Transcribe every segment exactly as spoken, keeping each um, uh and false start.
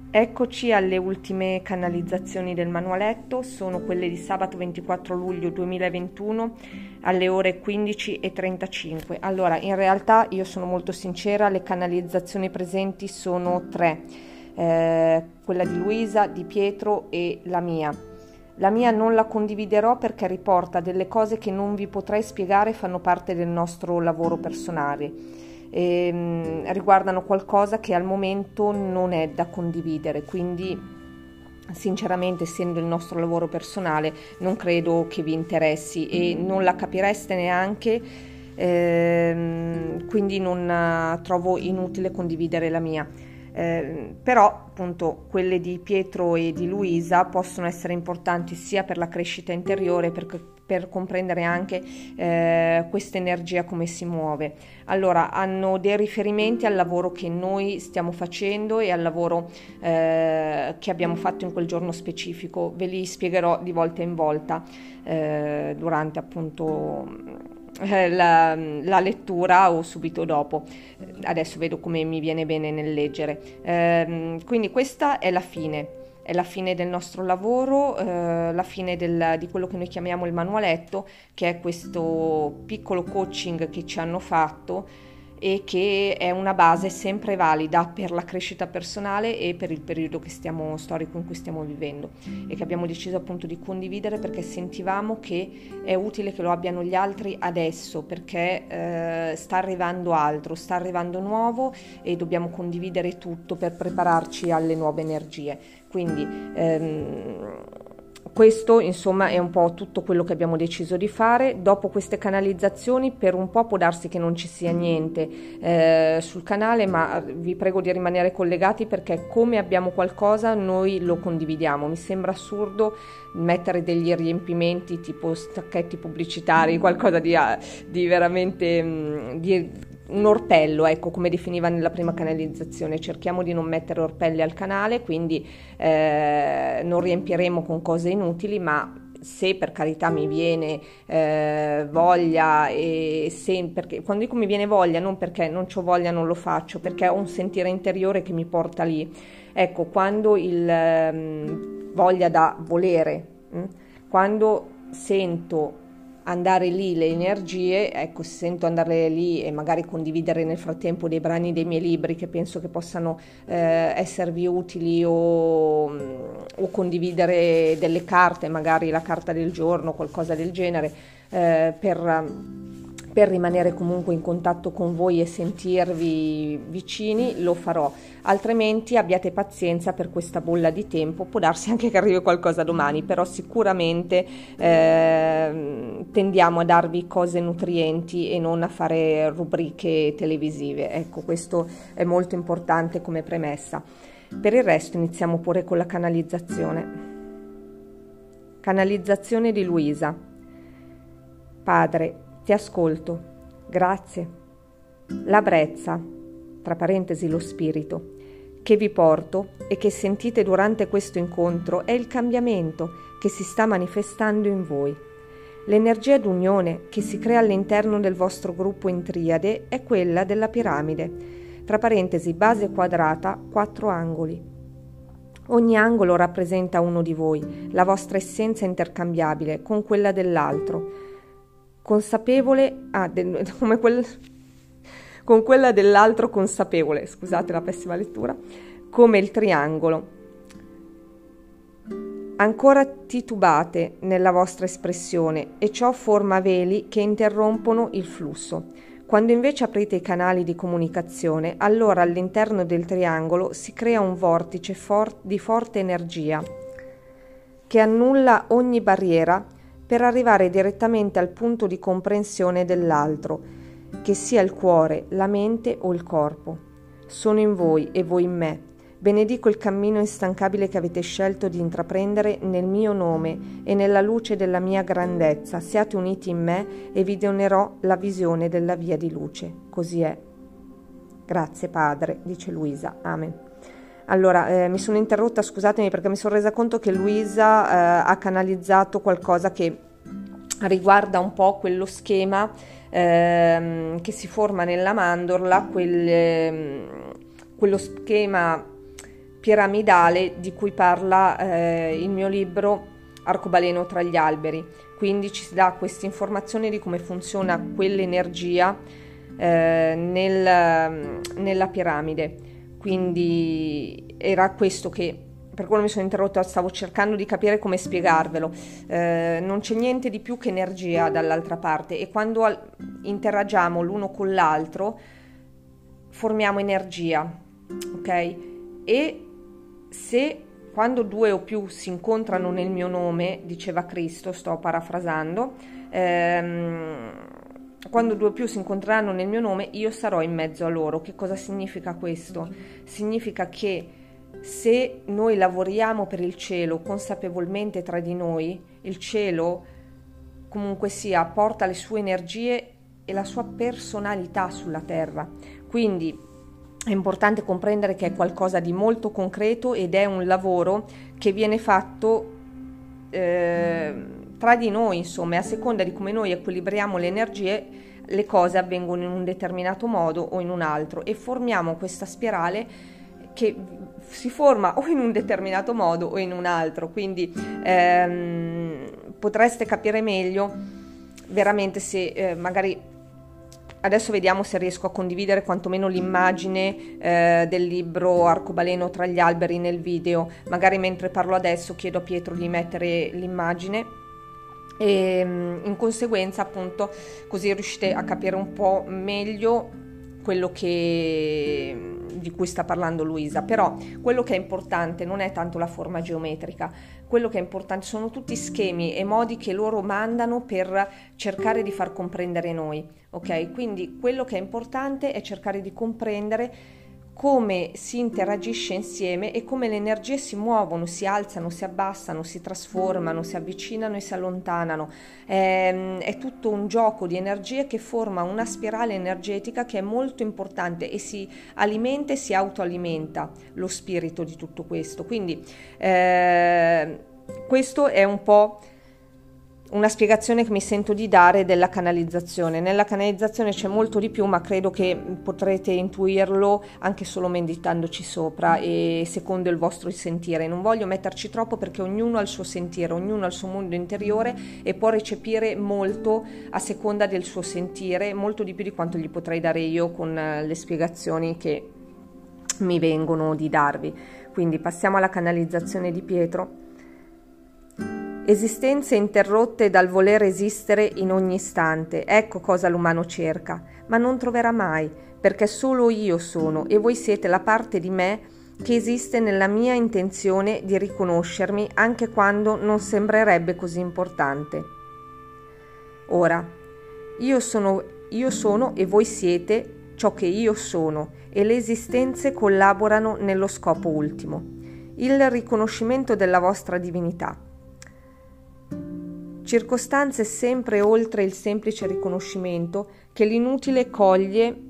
Eccoci alle ultime canalizzazioni del manualetto, sono quelle di sabato ventiquattro luglio duemilaventuno alle ore quindici e trentacinque. Allora, in realtà io sono molto sincera, le canalizzazioni presenti sono tre, eh, quella di Luisa, di Pietro e la mia. La mia non la condividerò perché riporta delle cose che non vi potrei spiegare, fanno parte del nostro lavoro personale. E, mh, riguardano qualcosa che al momento non è da condividere, quindi sinceramente, essendo il nostro lavoro personale, non credo che vi interessi e non la capireste neanche, ehm, quindi non uh, trovo inutile condividere la mia. Eh, però appunto quelle di Pietro e di Luisa possono essere importanti sia per la crescita interiore, per, per comprendere anche eh, questa energia come si muove. Allora, hanno dei riferimenti al lavoro che noi stiamo facendo e al lavoro eh, che abbiamo fatto in quel giorno specifico. Ve li spiegherò di volta in volta eh, durante appunto La, la lettura o subito dopo. Adesso vedo come mi viene bene nel leggere. Ehm, quindi questa è la fine, è la fine del nostro lavoro, eh, la fine del, di quello che noi chiamiamo il manualetto, che è questo piccolo coaching che ci hanno fatto e che è una base sempre valida per la crescita personale e per il periodo che stiamo, storico in cui stiamo vivendo, e che abbiamo deciso appunto di condividere perché sentivamo che è utile che lo abbiano gli altri adesso, perché eh, sta arrivando altro, sta arrivando nuovo e dobbiamo condividere tutto per prepararci alle nuove energie. Quindi ehm, questo insomma è un po' tutto quello che abbiamo deciso di fare. Dopo queste canalizzazioni per un po' può darsi che non ci sia niente eh, sul canale, ma vi prego di rimanere collegati perché come abbiamo qualcosa noi lo condividiamo. Mi sembra assurdo mettere degli riempimenti tipo stacchetti pubblicitari, qualcosa di, di veramente di un orpello, ecco, come definiva nella prima canalizzazione. Cerchiamo di non mettere orpelli al canale, quindi eh, non riempiremo con cose inutili, ma se per carità mi viene eh, voglia, e se, perché quando dico mi viene voglia non perché non c'ho voglia non lo faccio, perché ho un sentire interiore che mi porta lì. Ecco, quando il um, voglia da volere, hm? Quando sento andare lì le energie, ecco, se sento andare lì e magari condividere nel frattempo dei brani dei miei libri che penso che possano eh, esservi utili, o, o condividere delle carte, magari la carta del giorno, qualcosa del genere, eh, per, per rimanere comunque in contatto con voi e sentirvi vicini, lo farò. Altrimenti abbiate pazienza per questa bolla di tempo, può darsi anche che arrivi qualcosa domani, però sicuramente eh, tendiamo a darvi cose nutrienti e non a fare rubriche televisive. Ecco, questo è molto importante come premessa. Per il resto iniziamo pure con la canalizzazione. Canalizzazione di Luisa. Padre, ti ascolto, grazie. La brezza, tra parentesi lo spirito, che vi porto e che sentite durante questo incontro è il cambiamento che si sta manifestando in voi. L'energia d'unione che si crea all'interno del vostro gruppo in triade è quella della piramide, tra parentesi base quadrata, quattro angoli. Ogni angolo rappresenta uno di voi, la vostra essenza intercambiabile con quella dell'altro, consapevole, ah, del, come quel... con quella dell'altro consapevole, scusate la pessima lettura, come il triangolo. Ancora titubate nella vostra espressione e ciò forma veli che interrompono il flusso. Quando invece aprite i canali di comunicazione, allora all'interno del triangolo si crea un vortice for- di forte energia che annulla ogni barriera per arrivare direttamente al punto di comprensione dell'altro, che sia il cuore, la mente o il corpo. Sono in voi e voi in me. Benedico il cammino instancabile che avete scelto di intraprendere nel mio nome e nella luce della mia grandezza. Siate uniti in me e vi donerò la visione della via di luce. Così è. Grazie Padre, dice Luisa. Amen. Allora, eh, mi sono interrotta, scusatemi, perché mi sono resa conto che Luisa eh, ha canalizzato qualcosa che riguarda un po' quello schema ehm, che si forma nella mandorla, quel, ehm, quello schema piramidale di cui parla eh, il mio libro Arcobaleno tra gli alberi. Quindi ci si dà questa informazione di come funziona quell'energia eh, nel, nella piramide. Quindi era questo che, per quello mi sono interrotta, stavo cercando di capire come spiegarvelo. Eh, non c'è niente di più che energia dall'altra parte, e quando al- interagiamo l'uno con l'altro formiamo energia, ok? E se quando due o più si incontrano nel mio nome, diceva Cristo, sto parafrasando, ehm, quando due o più si incontreranno nel mio nome, io sarò in mezzo a loro. Che cosa significa questo? Significa che se noi lavoriamo per il cielo consapevolmente tra di noi, il cielo comunque sia porta le sue energie e la sua personalità sulla terra. Quindi è importante comprendere che è qualcosa di molto concreto ed è un lavoro che viene fatto eh, tra di noi, insomma, e a seconda di come noi equilibriamo le energie, le cose avvengono in un determinato modo o in un altro, e formiamo questa spirale che si forma o in un determinato modo o in un altro. Quindi ehm, potreste capire meglio veramente se eh, magari adesso vediamo se riesco a condividere quantomeno l'immagine eh, del libro Arcobaleno tra gli alberi nel video. Magari mentre parlo adesso chiedo a Pietro di mettere l'immagine, e in conseguenza appunto così riuscite a capire un po' meglio quello che di cui sta parlando Luisa. Però quello che è importante non è tanto la forma geometrica, quello che è importante sono tutti schemi e modi che loro mandano per cercare di far comprendere noi, ok? Quindi quello che è importante è cercare di comprendere come si interagisce insieme e come le energie si muovono, si alzano, si abbassano, si trasformano, si avvicinano e si allontanano. È, è tutto un gioco di energie che forma una spirale energetica che è molto importante, e si alimenta e si autoalimenta lo spirito di tutto questo. Quindi eh, questo è un po' una spiegazione che mi sento di dare della canalizzazione. Nella canalizzazione c'è molto di più, ma credo che potrete intuirlo anche solo meditandoci sopra e secondo il vostro sentire. Non voglio metterci troppo perché ognuno ha il suo sentire, ognuno ha il suo mondo interiore e può recepire molto a seconda del suo sentire, molto di più di quanto gli potrei dare io con le spiegazioni che mi vengono di darvi. Quindi passiamo alla canalizzazione di Pietro. Esistenze interrotte dal voler esistere in ogni istante, ecco cosa l'umano cerca, ma non troverà mai, perché solo io sono e voi siete la parte di me che esiste nella mia intenzione di riconoscermi anche quando non sembrerebbe così importante. Ora, io sono, io sono e voi siete ciò che io sono, e le esistenze collaborano nello scopo ultimo, il riconoscimento della vostra divinità. Circostanze sempre oltre il semplice riconoscimento che l'inutile coglie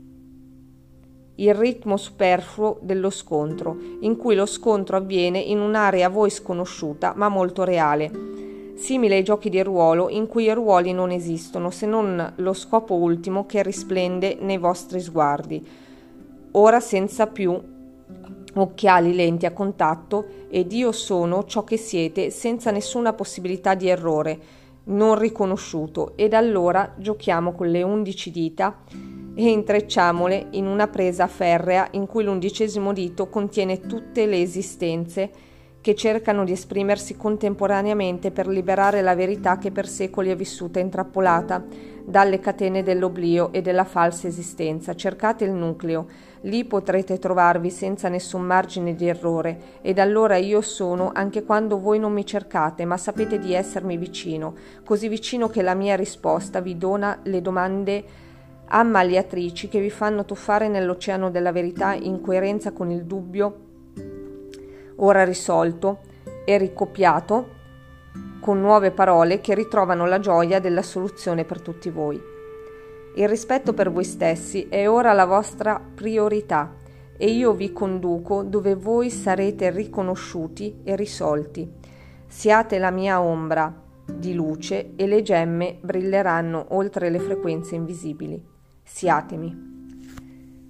il ritmo superfluo dello scontro, in cui lo scontro avviene in un'area a voi sconosciuta ma molto reale, simile ai giochi di ruolo in cui i ruoli non esistono se non lo scopo ultimo che risplende nei vostri sguardi, ora senza più occhiali lenti a contatto, ed io sono ciò che siete senza nessuna possibilità di errore, non riconosciuto, ed allora giochiamo con le undici dita e intrecciamole in una presa ferrea in cui l'undicesimo dito contiene tutte le esistenze che cercano di esprimersi contemporaneamente per liberare la verità che per secoli è vissuta intrappolata dalle catene dell'oblio e della falsa esistenza. Cercate il nucleo, lì potrete trovarvi senza nessun margine di errore, ed allora io sono anche quando voi non mi cercate, ma sapete di essermi vicino, così vicino che la mia risposta vi dona le domande ammaliatrici che vi fanno tuffare nell'oceano della verità in coerenza con il dubbio ora risolto e ricopiato con nuove parole che ritrovano la gioia della soluzione per tutti voi. Il rispetto per voi stessi è ora la vostra priorità e io vi conduco dove voi sarete riconosciuti e risolti. Siate la mia ombra di luce e le gemme brilleranno oltre le frequenze invisibili. Siatemi.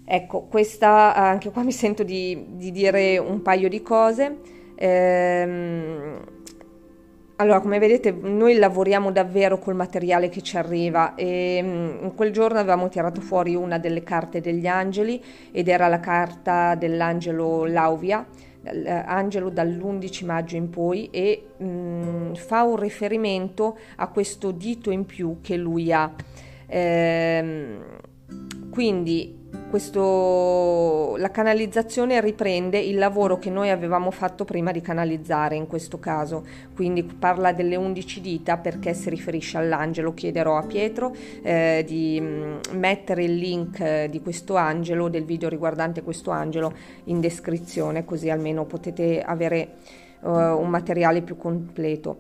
Ecco, questa anche qua mi sento di, di dire un paio di cose. Ehm, allora, come vedete, noi lavoriamo davvero col materiale che ci arriva e mm, in quel giorno avevamo tirato fuori una delle carte degli angeli ed era la carta dell'angelo Lauvia, eh, angelo dall'undici maggio in poi, e mm, fa un riferimento a questo dito in più che lui ha. Ehm, quindi questo, la canalizzazione riprende il lavoro che noi avevamo fatto prima di canalizzare in questo caso, quindi parla delle undici dita perché si riferisce all'angelo. Chiederò a Pietro eh, di mh, mettere il link eh, di questo angelo, del video riguardante questo angelo, in descrizione, così almeno potete avere uh, un materiale più completo.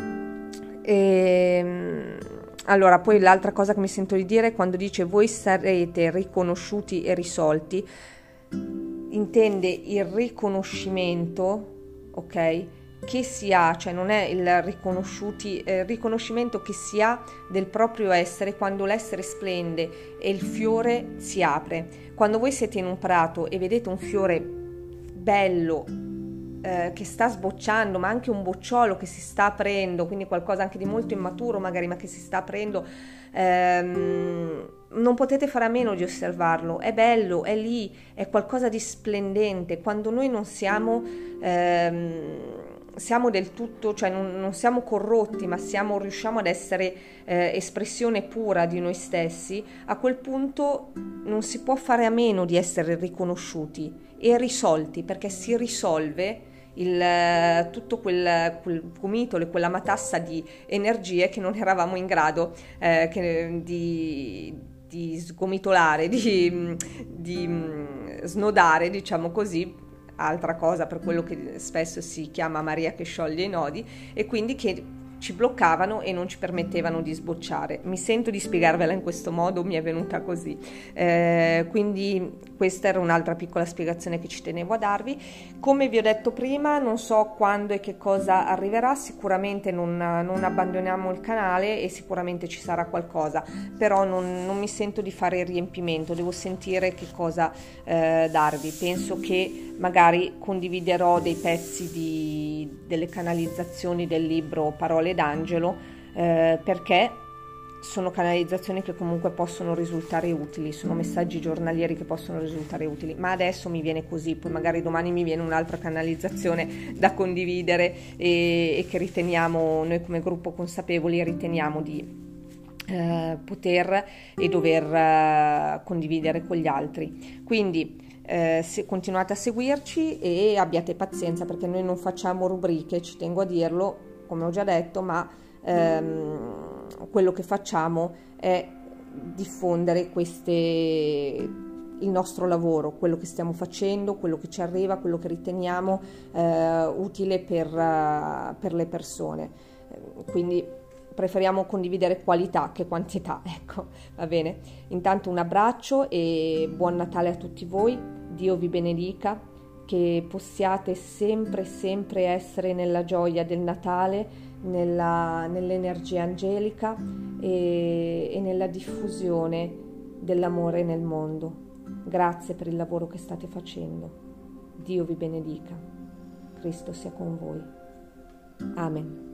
E, allora, poi l'altra cosa che mi sento di dire, quando dice voi sarete riconosciuti e risolti, intende il riconoscimento, ok, che si ha, cioè non è il riconosciuti, eh, riconoscimento che si ha del proprio essere quando l'essere splende e il fiore si apre. Quando voi siete in un prato e vedete un fiore bello, Eh, che sta sbocciando, ma anche un bocciolo che si sta aprendo, quindi qualcosa anche di molto immaturo magari, ma che si sta aprendo, ehm, non potete fare a meno di osservarlo. È bello, è lì, è qualcosa di splendente. Quando noi non siamo ehm, siamo del tutto, cioè non, non siamo corrotti, ma siamo, riusciamo ad essere eh, espressione pura di noi stessi, a quel punto non si può fare a meno di essere riconosciuti e risolti, perché si risolve il, tutto quel, quel gomitolo, quella matassa di energie che non eravamo in grado eh, che, di, di sgomitolare, di, di snodare, diciamo così. Altra cosa per quello che spesso si chiama Maria che scioglie i nodi, e quindi che ci bloccavano e non ci permettevano di sbocciare. Mi sento di spiegarvela in questo modo, mi è venuta così. Eh, quindi questa era un'altra piccola spiegazione che ci tenevo a darvi. Come vi ho detto prima, non so quando e che cosa arriverà, sicuramente non, non abbandoniamo il canale e sicuramente ci sarà qualcosa, però non, non mi sento di fare il riempimento, devo sentire che cosa eh, darvi. Penso che magari condividerò dei pezzi di, delle canalizzazioni del libro Parole d'Angelo, eh, perché sono canalizzazioni che comunque possono risultare utili, sono messaggi giornalieri che possono risultare utili, ma adesso mi viene così, poi magari domani mi viene un'altra canalizzazione da condividere e, e che riteniamo, noi come gruppo consapevoli, riteniamo di eh, poter e dover eh, condividere con gli altri. Quindi Eh, se continuate a seguirci e abbiate pazienza, perché noi non facciamo rubriche, ci tengo a dirlo, come ho già detto, ma ehm, quello che facciamo è diffondere queste, il nostro lavoro, quello che stiamo facendo, quello che ci arriva, quello che riteniamo eh, utile per, uh, per le persone. Quindi preferiamo condividere qualità che quantità, ecco, va bene? Intanto un abbraccio e buon Natale a tutti voi, Dio vi benedica, che possiate sempre, sempre essere nella gioia del Natale, nella, nell'energia angelica e, e nella diffusione dell'amore nel mondo. Grazie per il lavoro che state facendo. Dio vi benedica. Cristo sia con voi. Amen.